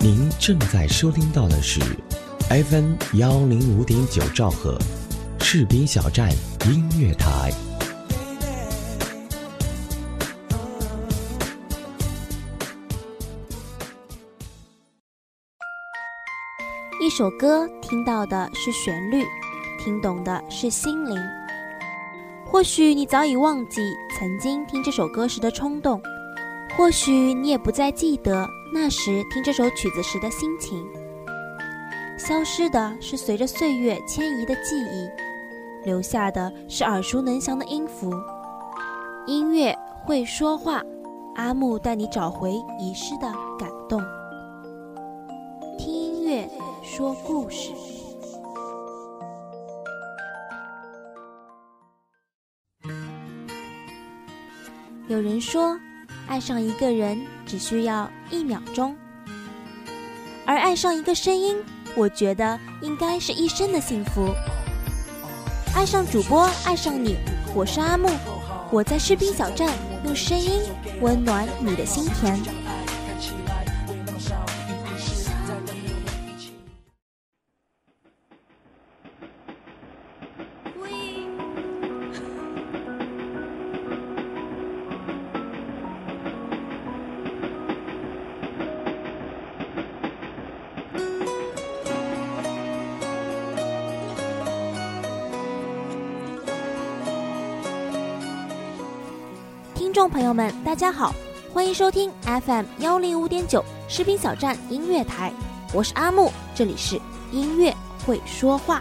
您正在收听到的是 FM 105.9兆赫士兵小站音乐台。 一首歌听到的是旋律，听懂的是心灵。或许你早已忘记曾经听这首歌时的冲动，或许你也不再记得那时听这首曲子时的心情。消失的是随着岁月迁移的记忆，留下的是耳熟能详的音符。音乐会说话，阿木带你找回遗失的感动。听音乐说故事。有人说，爱上一个人只需要1秒钟，而爱上一个声音，我觉得应该是一生的幸福。爱上主播，爱上你，我是阿木，我在士兵小站用声音温暖你的心田。听众朋友们大家好，欢迎收听 FM 105.9士兵小站音乐台，我是阿木，这里是音乐会说话。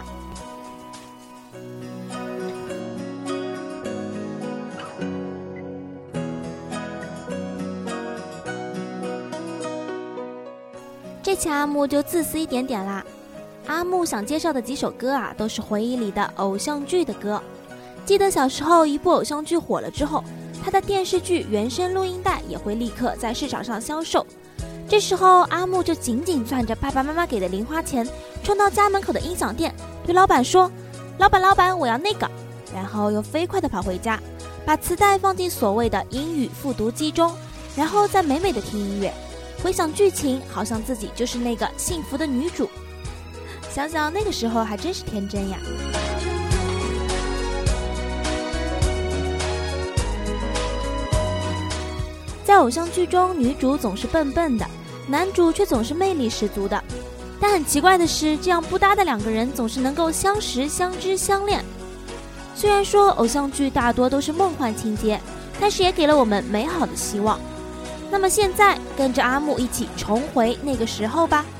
这期阿木就自私一点点啦，阿木想介绍的几首歌啊，都是回忆里的偶像剧的歌。记得小时候一部偶像剧火了之后，他的电视剧原声录音带也会立刻在市场上销售。这时候阿木就紧紧攥着爸爸妈妈给的零花钱，冲到家门口的音响店，对老板说：老板，我要那个。然后又飞快地跑回家，把磁带放进所谓的英语复读机中，然后再美美地听音乐，回想剧情，好像自己就是那个幸福的女主。想想那个时候还真是天真呀。在偶像剧中，女主总是笨笨的，男主却总是魅力十足的。但很奇怪的是，这样不搭的两个人总是能够相识、相知、相恋。虽然说偶像剧大多都是梦幻情节，但是也给了我们美好的希望。那么现在，跟着阿木一起重回那个时候吧。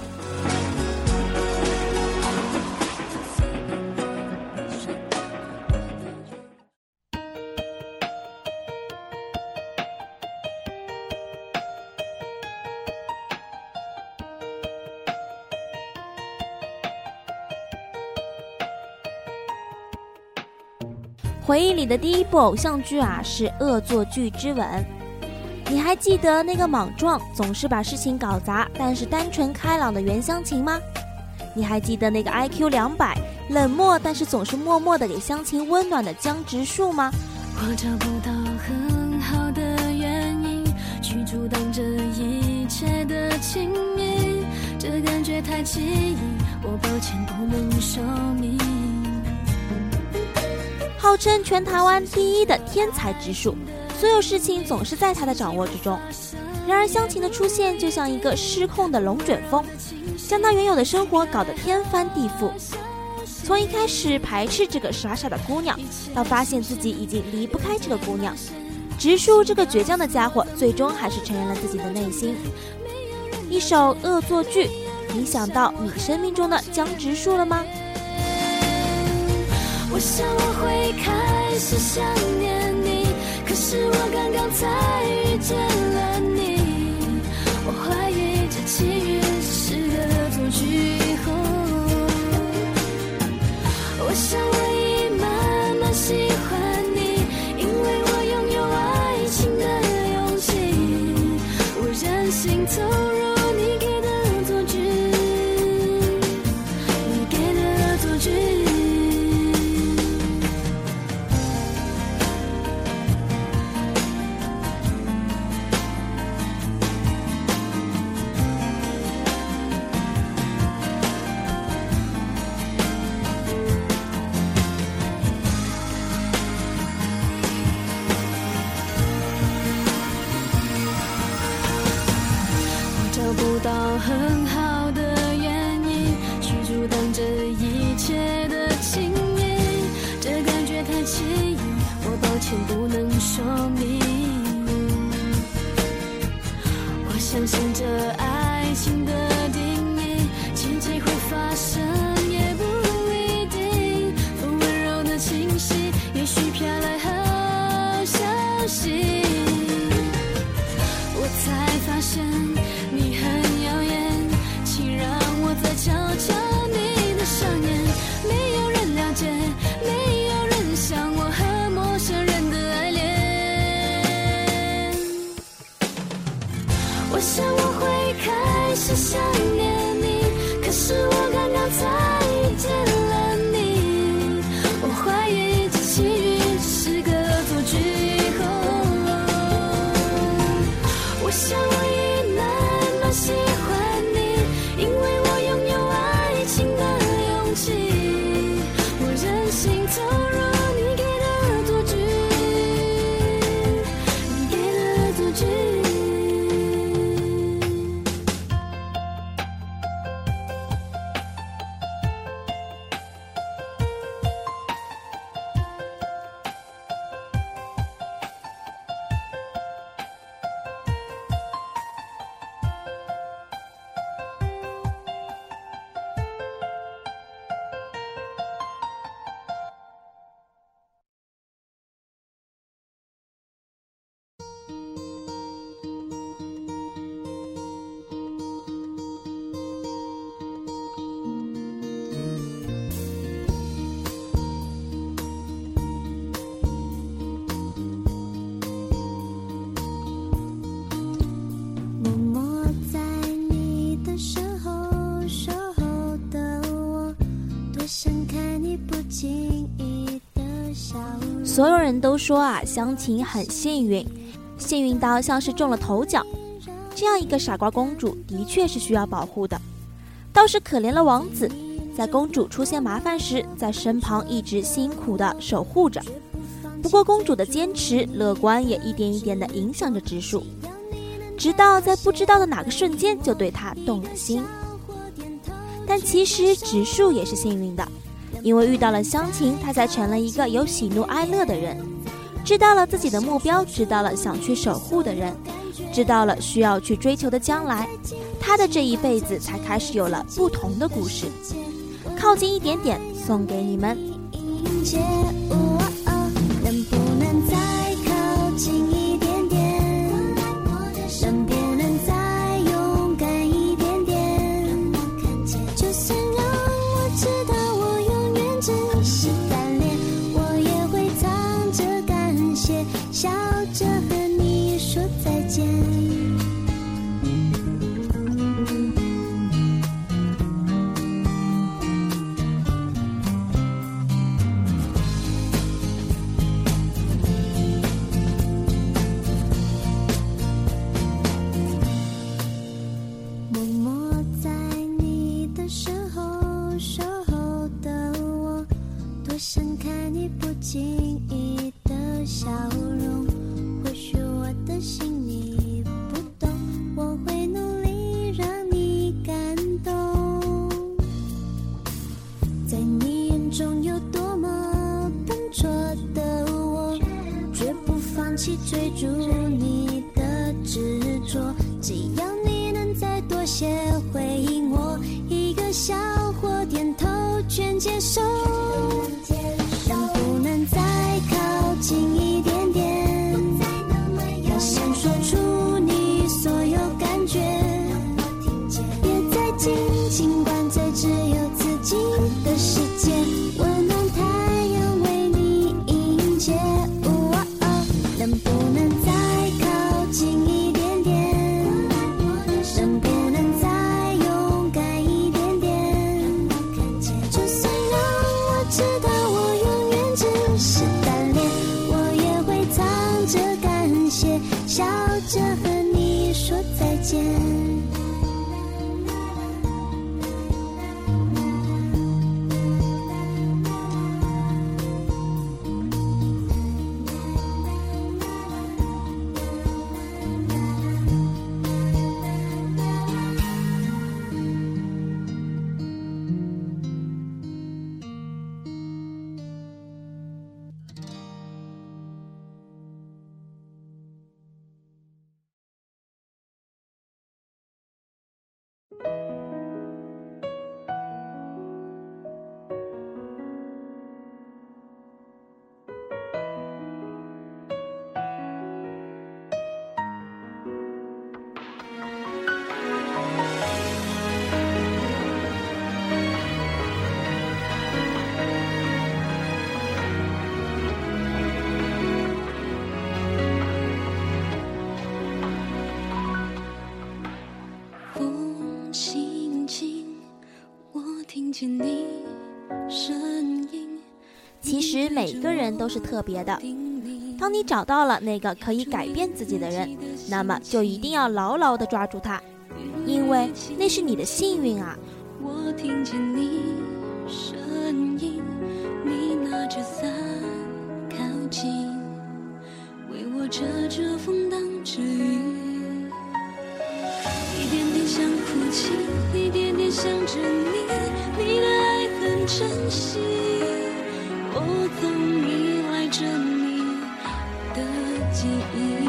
回忆里的第一部偶像剧啊，是《恶作剧之吻》。你还记得那个莽撞，总是把事情搞砸，但是单纯开朗的袁湘琴吗？你还记得那个 IQ 200，冷漠但是总是默默地给湘琴温暖的江直树吗？ 我找不到很好的原因去阻挡这一切的亲密，这感觉太奇异，我抱歉不能说明。 号称全台湾第一的天才直树，所有事情总是在他的掌握之中。然而湘琴的出现就像一个失控的龙卷风，将他原有的生活搞得天翻地覆。从一开始排斥这个傻傻的姑娘，到发现自己已经离不开这个姑娘，直树这个倔强的家伙最终还是承认了自己的内心。一首恶作剧，你想到你生命中的江直树了吗？ 我想我会开始想念你，可是我刚刚才遇见了你。我怀疑这契约是个恶作剧。我想我已慢慢喜欢你，因为我拥有爱情的勇气。我任性投入你给的恶作剧，你给的恶作剧。 不到很好的原因去阻挡这一切的情谊，这感觉太奇异，我抱歉不能说明。我相信这爱情的定义，奇迹会发生也不一定，风温柔的清晰，也许飘来好消息。我才发现你很耀眼，请让我再瞧瞧你的双眼。没有人了解，没有人像我和陌生人的爱恋。我想我会开始想念你，可是我刚刚才遇见了你。我怀疑这奇遇只是个恶作剧。我想我已慢慢喜欢你，因为我拥有爱情的勇气。我任性投入你给的恶作剧，你给的恶作剧。 所有人都说啊，湘琴很幸运，幸运到像是中了头奖。这样一个傻瓜公主的确是需要保护的，倒是可怜了王子，在公主出现麻烦时，在身旁一直辛苦地守护着。不过公主的坚持、乐观也一点一点地影响着直树，直到在不知道的哪个瞬间就对她动了心。但其实直树也是幸运的，因为遇到了湘琴，他才成了一个有喜怒哀乐的人，知道了自己的目标，知道了想去守护的人，知道了需要去追求的将来，他的这一辈子才开始有了不同的故事。靠近一点点，送给你们。 能不能再靠近一点点？能不能再勇敢一点点？就算让我知道我永远只是单恋，我也会藏着感谢，笑着和你说再见。追逐你的执着，只要你能再多些回应我，一个笑或点头全接受。能不能再靠近一点点？要想说出你所有感觉，别再紧紧关在只有自己的世界，温暖太阳为你迎接。能不能再靠近一点点？能不能再勇敢一点点？就算让我知道我永远只是单恋，我也会藏着感谢，笑着和你说再见。 见你声音。 其实每个人都是特别的，当你找到了那个可以改变自己的人，那么就一定要牢牢地抓住他，因为那是你的幸运啊。 我听见你声音，你拿着伞靠近，为我遮着风挡着雨，一点点像父亲，一点点想着你，你的爱很珍惜，我总依赖着你的记忆。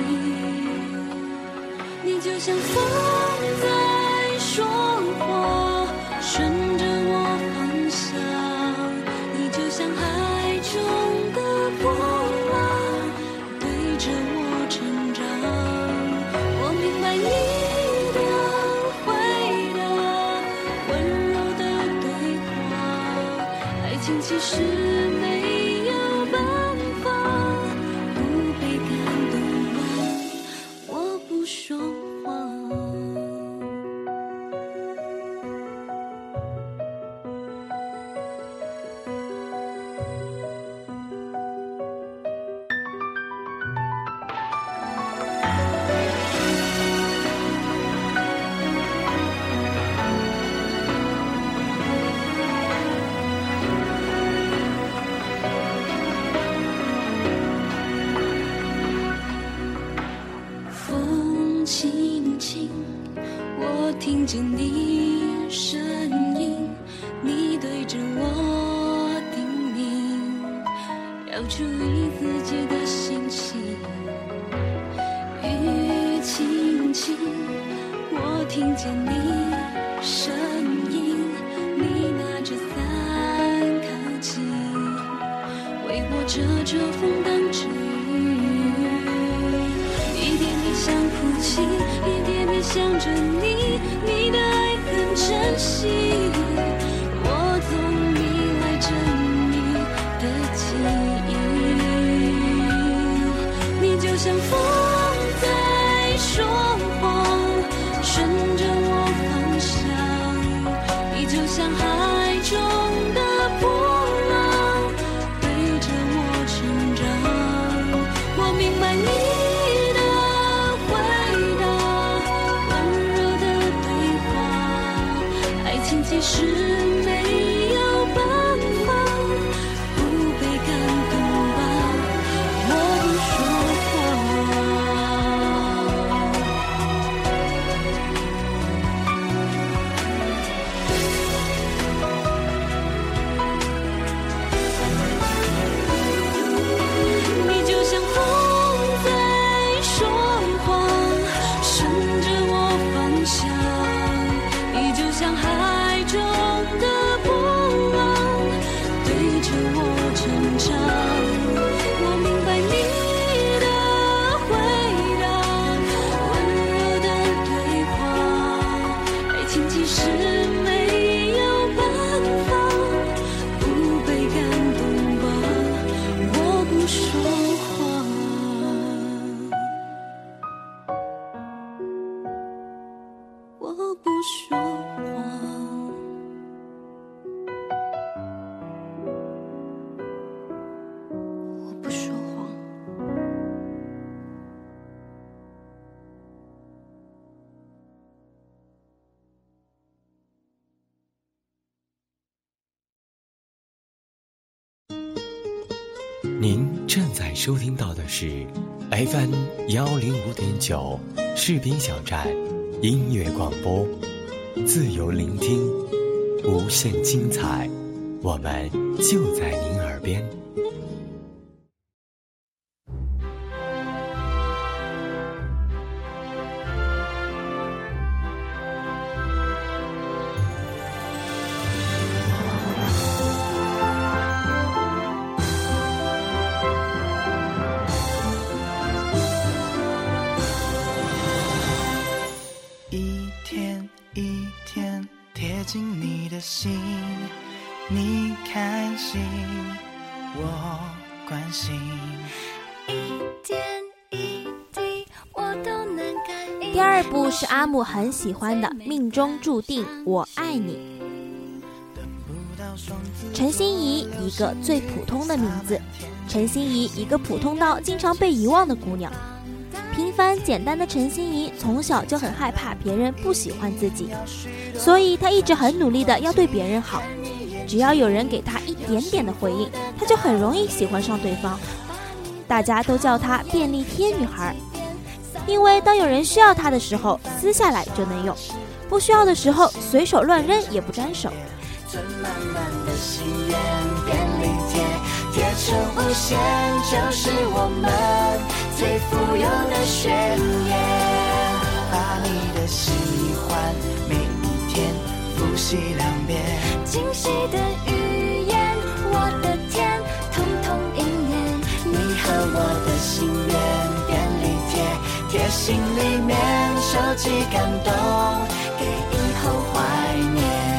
你就像风在说话，顺着我方向，你就像海中的波浪，对着我成长。我明白你的回答，温柔的对话，爱情其实没有办法不被感动吧，我不说话。风轻轻，我听见你声音，你对着我叮咛，要注意自己的心情。雨轻轻，我听见你声音，你拿着伞靠近，为我遮着风挡着雨，一点点像父亲，一点点想着你，你的爱很珍惜，我总依赖着你的记忆。你就像风在说话，顺着我方向，你就像海中的波浪，对着我成长。我明白你的回答，温柔的对话，爱情其实没有办法不被感动吧，我不说话。你就像风在说话，顺着我方向，你就像海中的波浪，对着我成长。我明白你的回答，温柔的对话，爱情其实没有办法不被感动吧，我不说话。我不说话，我不说话。 您正在收听到的是 FM 105.9士兵小站音乐广播，自由聆听，无限精彩，我们就在您耳边。 一天一天贴近你的心，你开心，我关心。 一点一滴我都能感应。 第二部是阿木很喜欢的《命中注定我爱你》。 陈心怡，一个最普通的名字。陈心怡，一个普通到经常被遗忘的姑娘。平凡简单的陈心怡从小就很害怕别人不喜欢自己，所以她一直很努力的要对别人好。只要有人给她一点点的回应，她就很容易喜欢上对方。大家都叫她便利贴女孩，因为当有人需要她的时候，撕下来就能用；不需要的时候，随手乱扔也不沾手。 存满满的心愿，便利贴贴成无限，就是我们最富有的宣言。把你的喜欢每一天复习2遍， 惊喜的语言，我的天，统统应验。 你和我的心愿，便利贴贴心里面，收集感动，给以后怀念。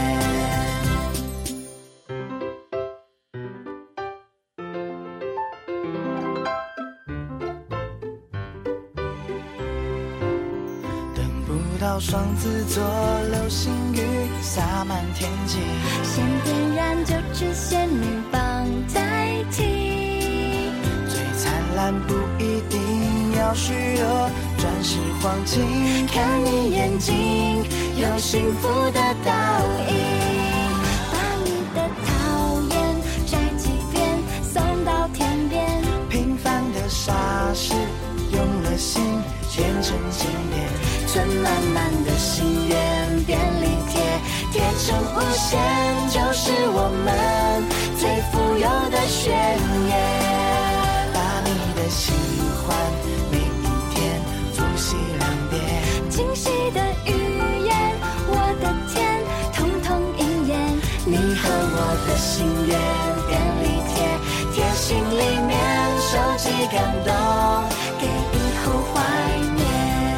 到双子座，流星雨洒满天际， 先点燃就只仙女棒代替。 最灿烂不一定要虚弱，钻石黄金，看你眼睛有幸福的倒影。 把你的讨厌摘几遍，送到天边。 平凡的傻事用了心，变成经典。存满满的心愿，便利贴贴成无限，就是我们最富有的宣言。把你的喜欢每一天复习2遍， 惊喜的语言，我的天，统统应验。 你和我的心愿，便利贴贴心里面，收集感动，给以后怀念。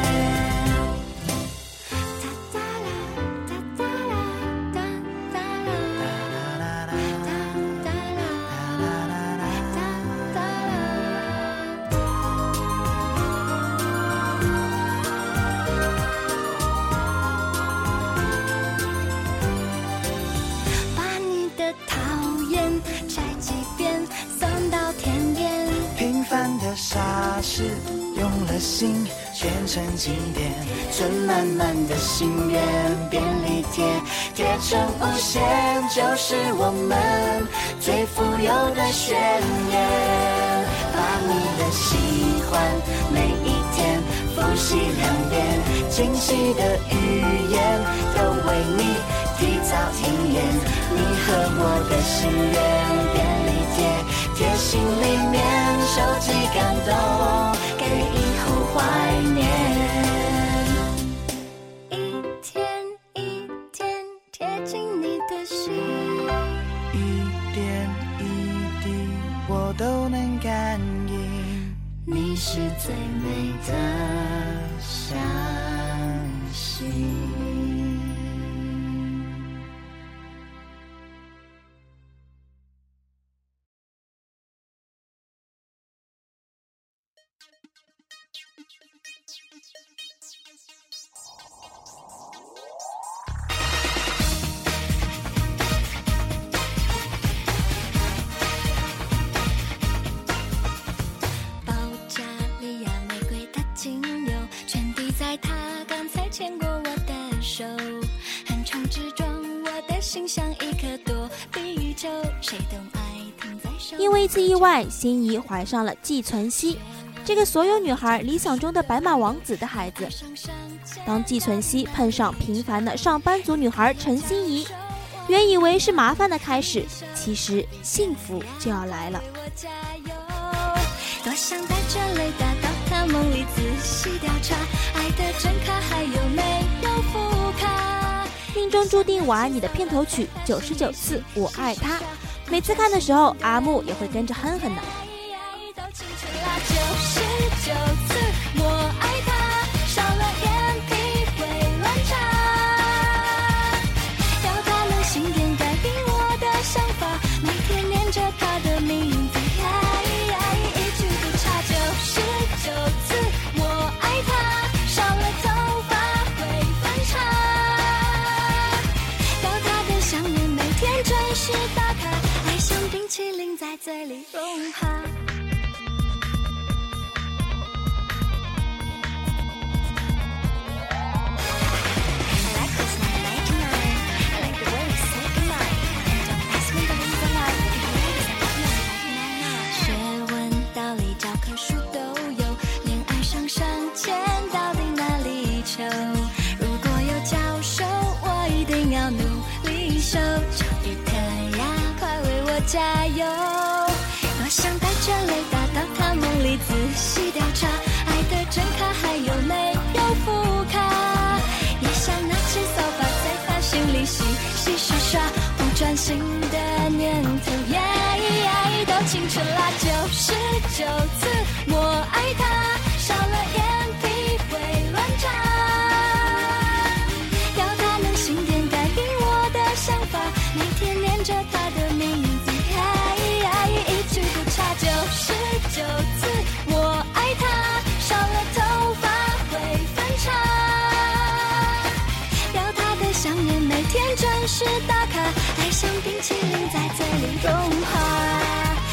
傻事用了心，变成经典。存满满的心愿，便利贴贴成无限，就是我们最富有的宣言。把你的喜欢每一天复习2遍，惊喜的语言都为你提早应验。你和我的心愿，便利贴贴心里面，收集感动，给以后怀念。 一天一天贴近你的心， 一点一滴我都能感应。 你是最美的相信。牵过我的手，横冲直撞，我的心像一颗躲避宇宙，谁懂爱停在手。 因为一次意外，心怡怀上了季存希，这个所有女孩理想中的白马王子的孩子。当季存希碰上平凡的上班族女孩陈心怡，原以为是麻烦的开始，其实幸福就要来了。 多想带着雷达到他梦里仔细调查，爱的真卡还有没有副卡。 命中注定我爱你的片头曲99次我爱他，每次看的时候阿木也会跟着哼哼的。 99次我爱他，少了眼皮会乱插，要他们心电改变我的想法，每天念着他的名字，一句不差。99次我爱他，少了头发会分叉，要他的想念每天准时到。 嘴里融化。加油！多想带着雷达到他梦里仔细调查，爱的真卡还有没有副卡？也想拿起扫把在他心里洗洗刷刷，不专心的念头都清楚啦。99次我爱他，少了眼皮会乱眨，要他能心电感应我的想法，每天念着他的名字。99次我爱他，少了头发会分叉，要他的香烟每天准时打卡，爱像冰淇淋在嘴里融化。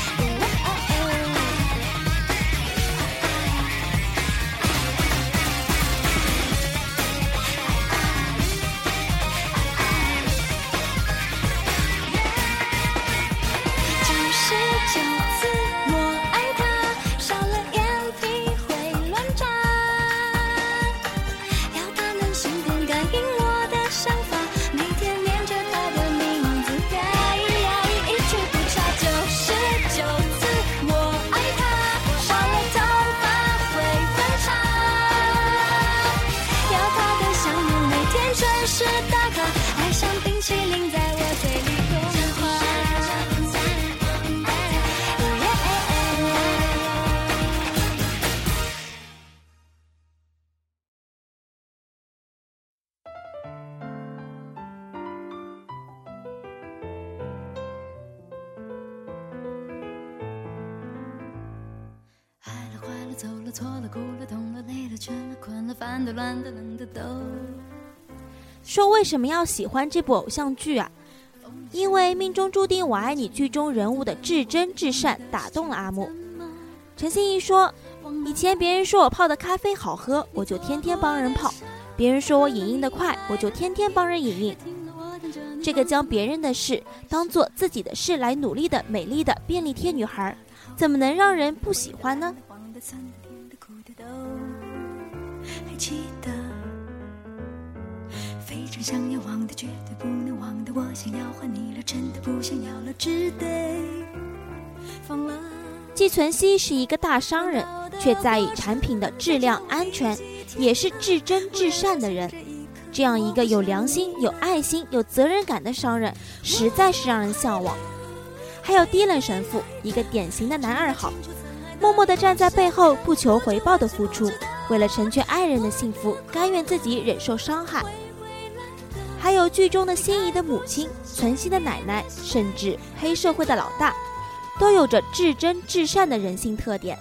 走了错了哭了痛了累了倦了困了烦的乱的冷的都。 说为什么要喜欢这部偶像剧啊？因为命中注定我爱你剧中人物的至真至善打动了阿木。陈欣怡说，以前别人说我泡的咖啡好喝，我就天天帮人泡，别人说我影印的快，我就天天帮人影印。这个将别人的事当做自己的事来努力的美丽的便利贴女孩，怎么能让人不喜欢呢？ 还记得非常想要忘的绝对不能忘的，我想要还你了，真的不想要了，只得放了。 季存希是一个大商人，却在意产品的质量安全，也是至真至善的人。这样一个有良心有爱心有责任感的商人，实在是让人向往。还有迪伦神父，一个典型的男二号，默默地站在背后不求回报的付出，为了成全爱人的幸福，甘愿自己忍受伤害。还有剧中的心仪的母亲、存希的奶奶，甚至黑社会的老大，都有着至真至善的人性特点。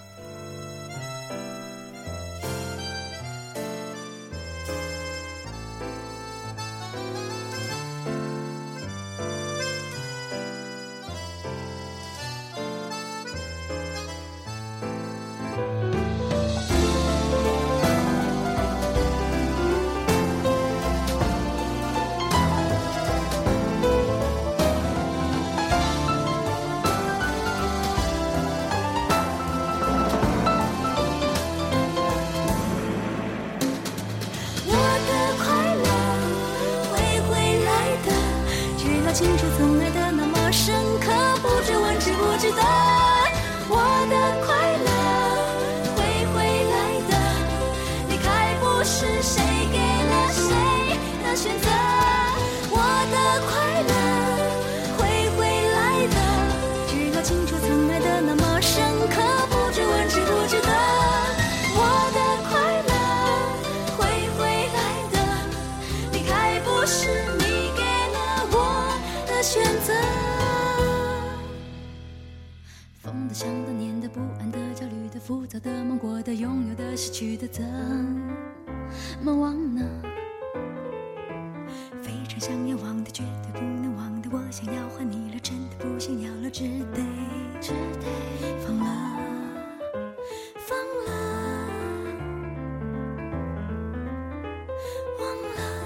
清楚曾爱的那么深刻，不知问知不知道，我的快乐会回来的，离开不是谁给了谁的选择，我的快乐会回来的，知道清楚曾爱的那么深刻，不知问知不知道，我的快乐会回来的，离开不是你给了我的选择。疯的、想的、念的、不安的、焦虑的、浮躁的、梦过的、拥有的、失去的，怎么忘呢？非常想要忘的，绝对不能忘的，我想要还你了，真的不想要了，只得忘了。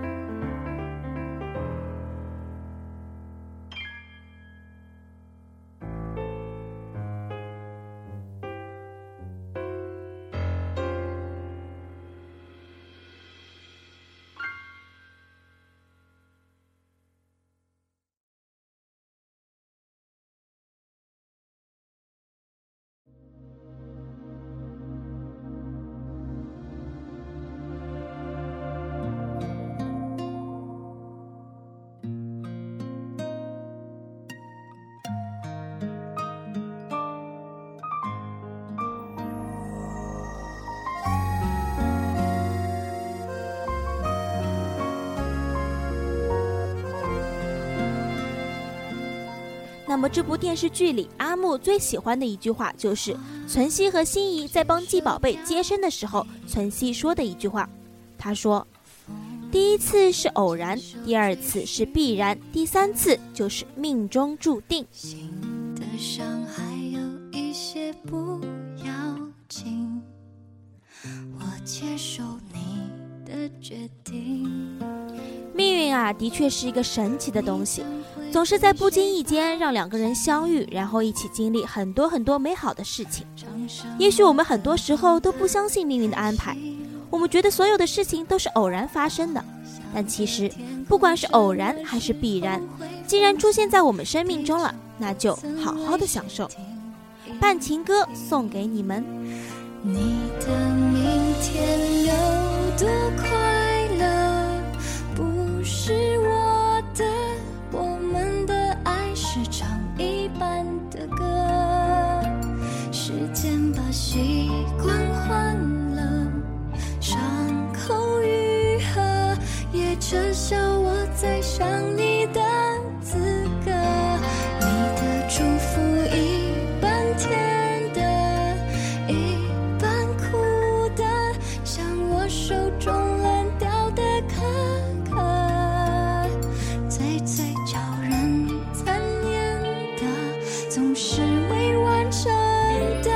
那么这部电视剧里，阿木最喜欢的一句话就是存希和心仪在帮季宝贝接生的时候，存希说的一句话。他说，第一次是偶然，第二次是必然，第三次就是命中注定。 心的伤还有一些不要紧，我接受你的决定。 命运啊，的确是一个神奇的东西，总是在不经意间让两个人相遇，然后一起经历很多很多美好的事情。也许我们很多时候都不相信命运的安排，我们觉得所有的事情都是偶然发生的，但其实不管是偶然还是必然，既然出现在我们生命中了，那就好好的享受。伴情歌送给你们。 你的明天有多快乐，不是我的，我们的爱是唱一般的歌，时间把习惯换了，伤口愈合，也撤销我再想你的资格。你的祝福一半甜的，一半苦的，像我手中烂掉的可可，最叫人残念的，总是未完成的，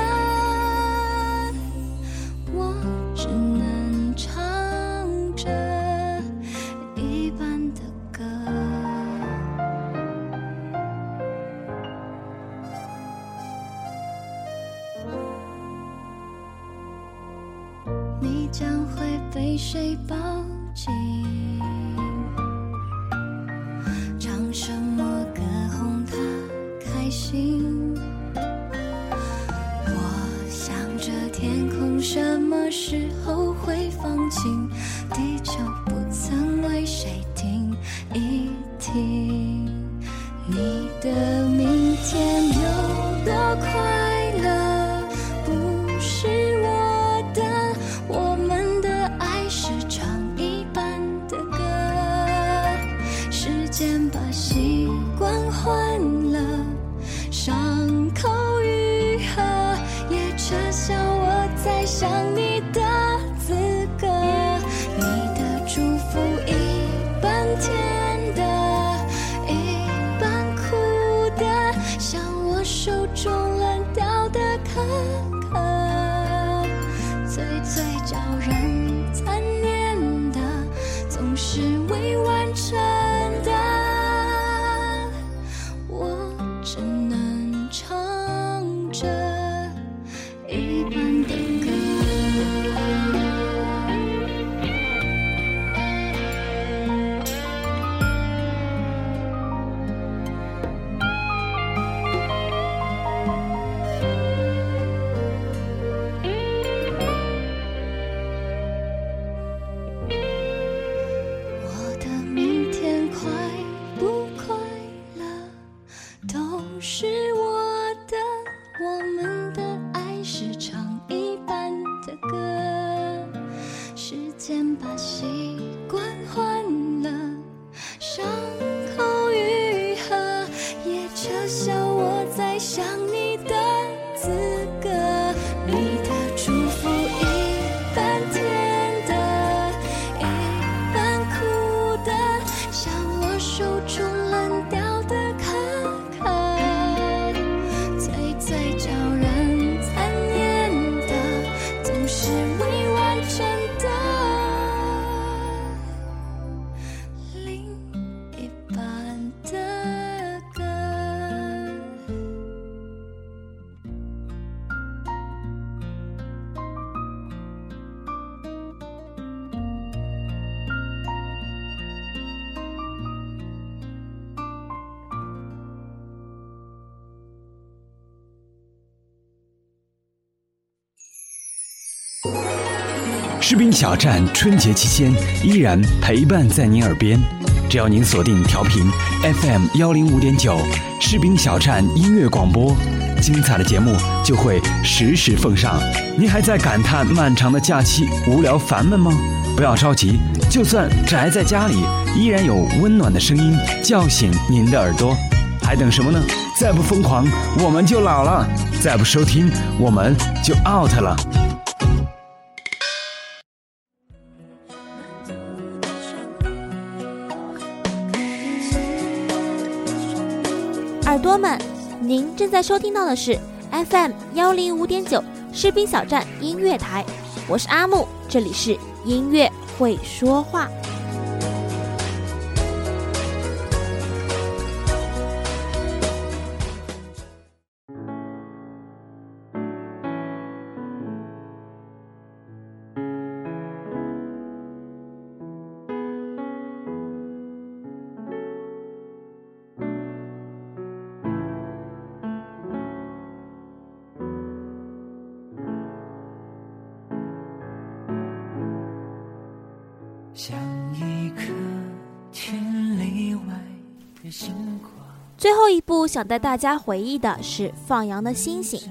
我只能唱着一半的歌。你将会被谁抱紧？唱什么歌哄他开心？我想着天空什么时候会放晴，地球不曾为谁停一停。你的明天有多快乐，不是我的，我们的爱是唱一般的歌，时间把习惯换了，伤口愈合，也撤销我再想你的资格。你的祝福一半甜的，一半苦的，像我手中烂掉的可可，最叫人残念的，总是未完成的，我只能唱着一半的歌。我的明天快不快乐，都是我的，我们的爱是唱一般的歌，时间把习惯换了，伤口愈合，也撤销我再想你的资格。你的祝福一半甜的，一半苦的，像我手中烂掉的可可，最叫人残念的，总是未完成的， 士兵小站春节期间依然陪伴在您耳边，只要您锁定调频 FM105.9士兵小站音乐广播，精彩的节目就会实时奉上。您还在感叹漫长的假期无聊烦闷吗？不要着急，就算宅在家里，依然有温暖的声音叫醒您的耳朵。还等什么呢？再不疯狂，我们就老了；再不收听，我们就 out 了。 耳朵们，您正在收听到的是 FM105.9士兵小站音乐台，我是阿木，这里是音乐会说话。 像一颗天里外的星光。 最后一部想带大家回忆的是放羊的星星。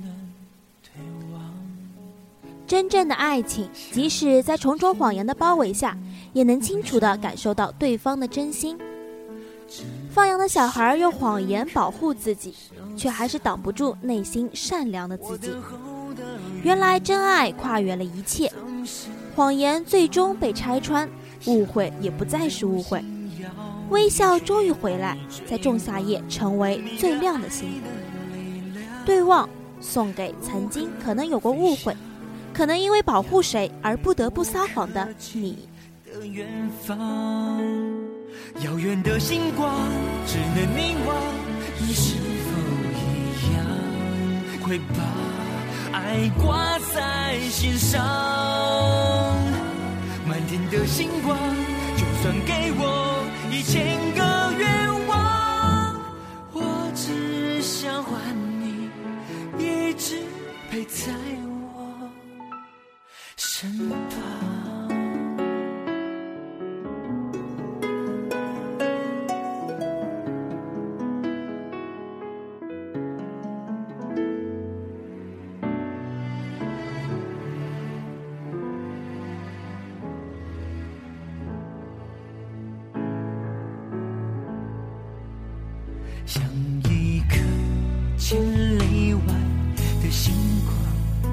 真正的爱情，即使在重重谎言的包围下，也能清楚地感受到对方的真心。放羊的小孩用谎言保护自己，却还是挡不住内心善良的自己。原来真爱跨越了一切，谎言最终被拆穿，误会也不再是误会，微笑终于回来，在仲夏夜成为最亮的星。对望送给曾经可能有过误会，可能因为保护谁而不得不撒谎的你。 的远方，遥远的星光只能凝望，你是否一样会把爱挂在心上？满天的星光，就算给我1000个愿望，我只想还你一直陪在我身旁。像一颗千里外的星光，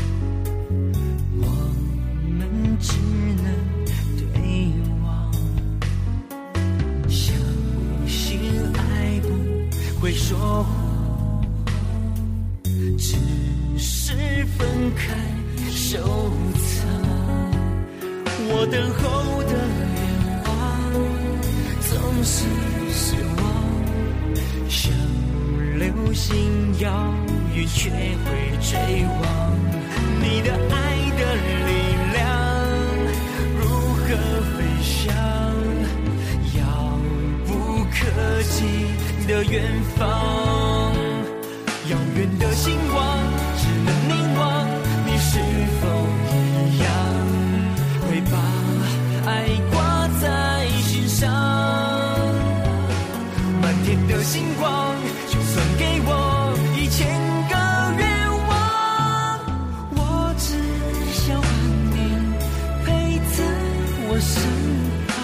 我们只能对望，相信爱不会说谎，只是分开收藏。我等候的愿望总是失望，像流星遥远却会追望，你的爱的力量如何飞翔，遥不可及的远方，遥远的星光只能凝望，你是否一样会把爱挂在心上？满天的星光，就算给我1000个愿望，我只想还你陪在我身旁。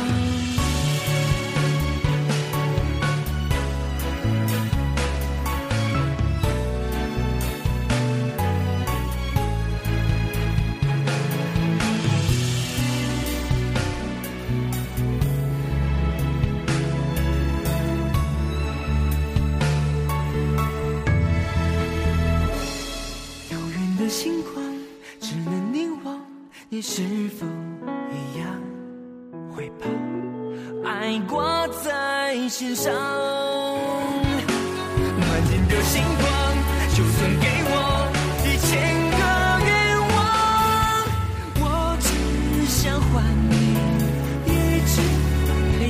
星光只能凝望，你是否一样会把爱挂在心上？满天的星光，就算给我1000个愿望，我只想还你一直陪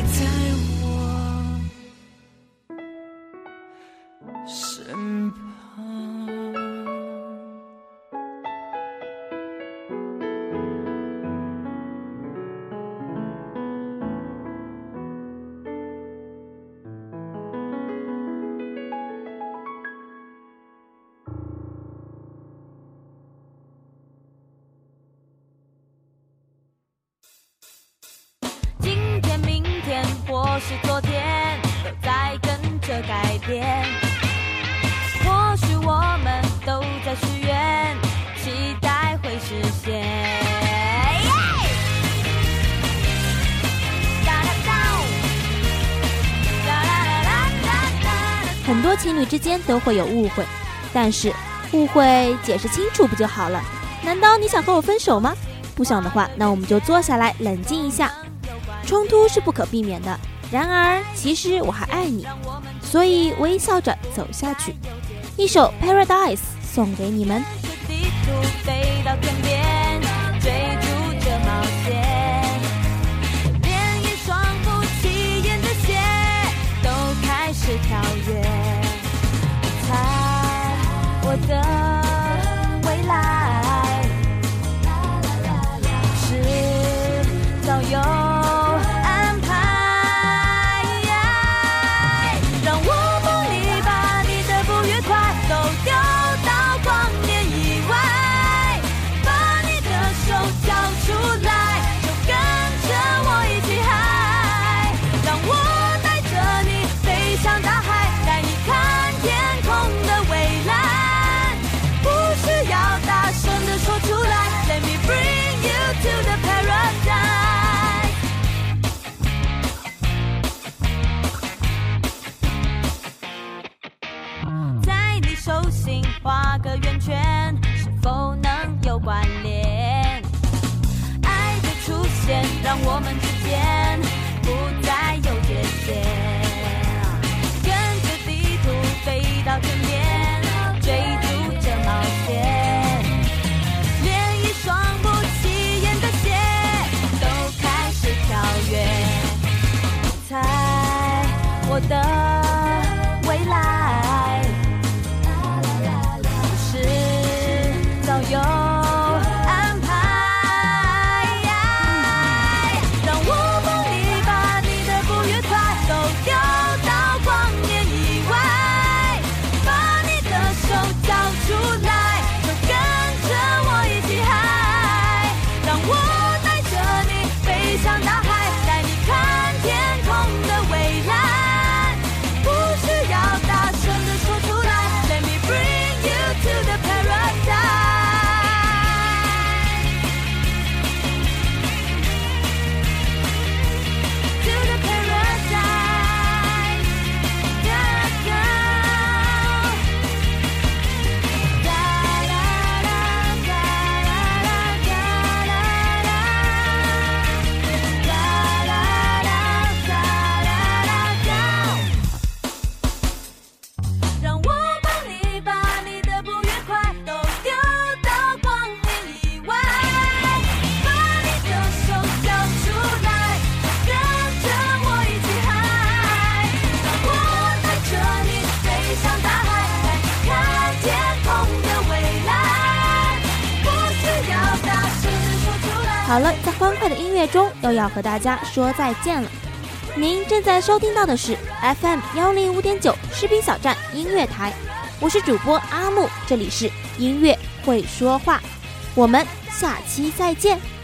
在我身旁。 或是昨天，都在跟着改变。或许我们都在许愿，期待会实现。很多情侣之间都会有误会，但是误会解释清楚不就好了？难道你想和我分手吗？不想的话，那我们就坐下来冷静一下。冲突是不可避免的，然而其实我还爱你，所以微笑着走下去。一首 Paradise 送给你们。地图飞到天边，追逐着冒险，连一双不起眼的鞋都开始跳跃。猜我的未来是早有安排，让我梦里把你的不愉快都丢到光年以外，把你的手交出来，就跟着我一起嗨，让我带着你飞向大海，带你看天空的蔚蓝，不需要大声地说出来， Let me bring you to the paradise。在你手心画个圆圈，是否能有关联？爱的出现，让我们之间不再有界限。跟着地图飞到天边，追逐着冒险，连一双不起眼的鞋都开始跳跃。猜我的未来是早有安排，让我梦里把你的不愉快都丢到光年以外，把你的手交出来，就跟着我一起嗨，让我带着你飞向大海，带你看天空的蔚蓝，不需要大声地说出来， Let me bring you to the paradise。 To the paradise。 Da, da. Da, la, la, da, la, la, da, la, la. Da, la, la, da, la, la, da。 让我帮你把你的不愉快都丢到光年以外，把你的手交出来，就跟着我一起嗨，让我带着你飞向大海，带你看天空的蔚蓝，不需要大声地说出来。好了，在欢快的音乐中又要和大家说再见了。您正在收听到的是 FM 105.9士兵小站音乐台，我是主播阿木，这里是音乐会说话，我们下期再见。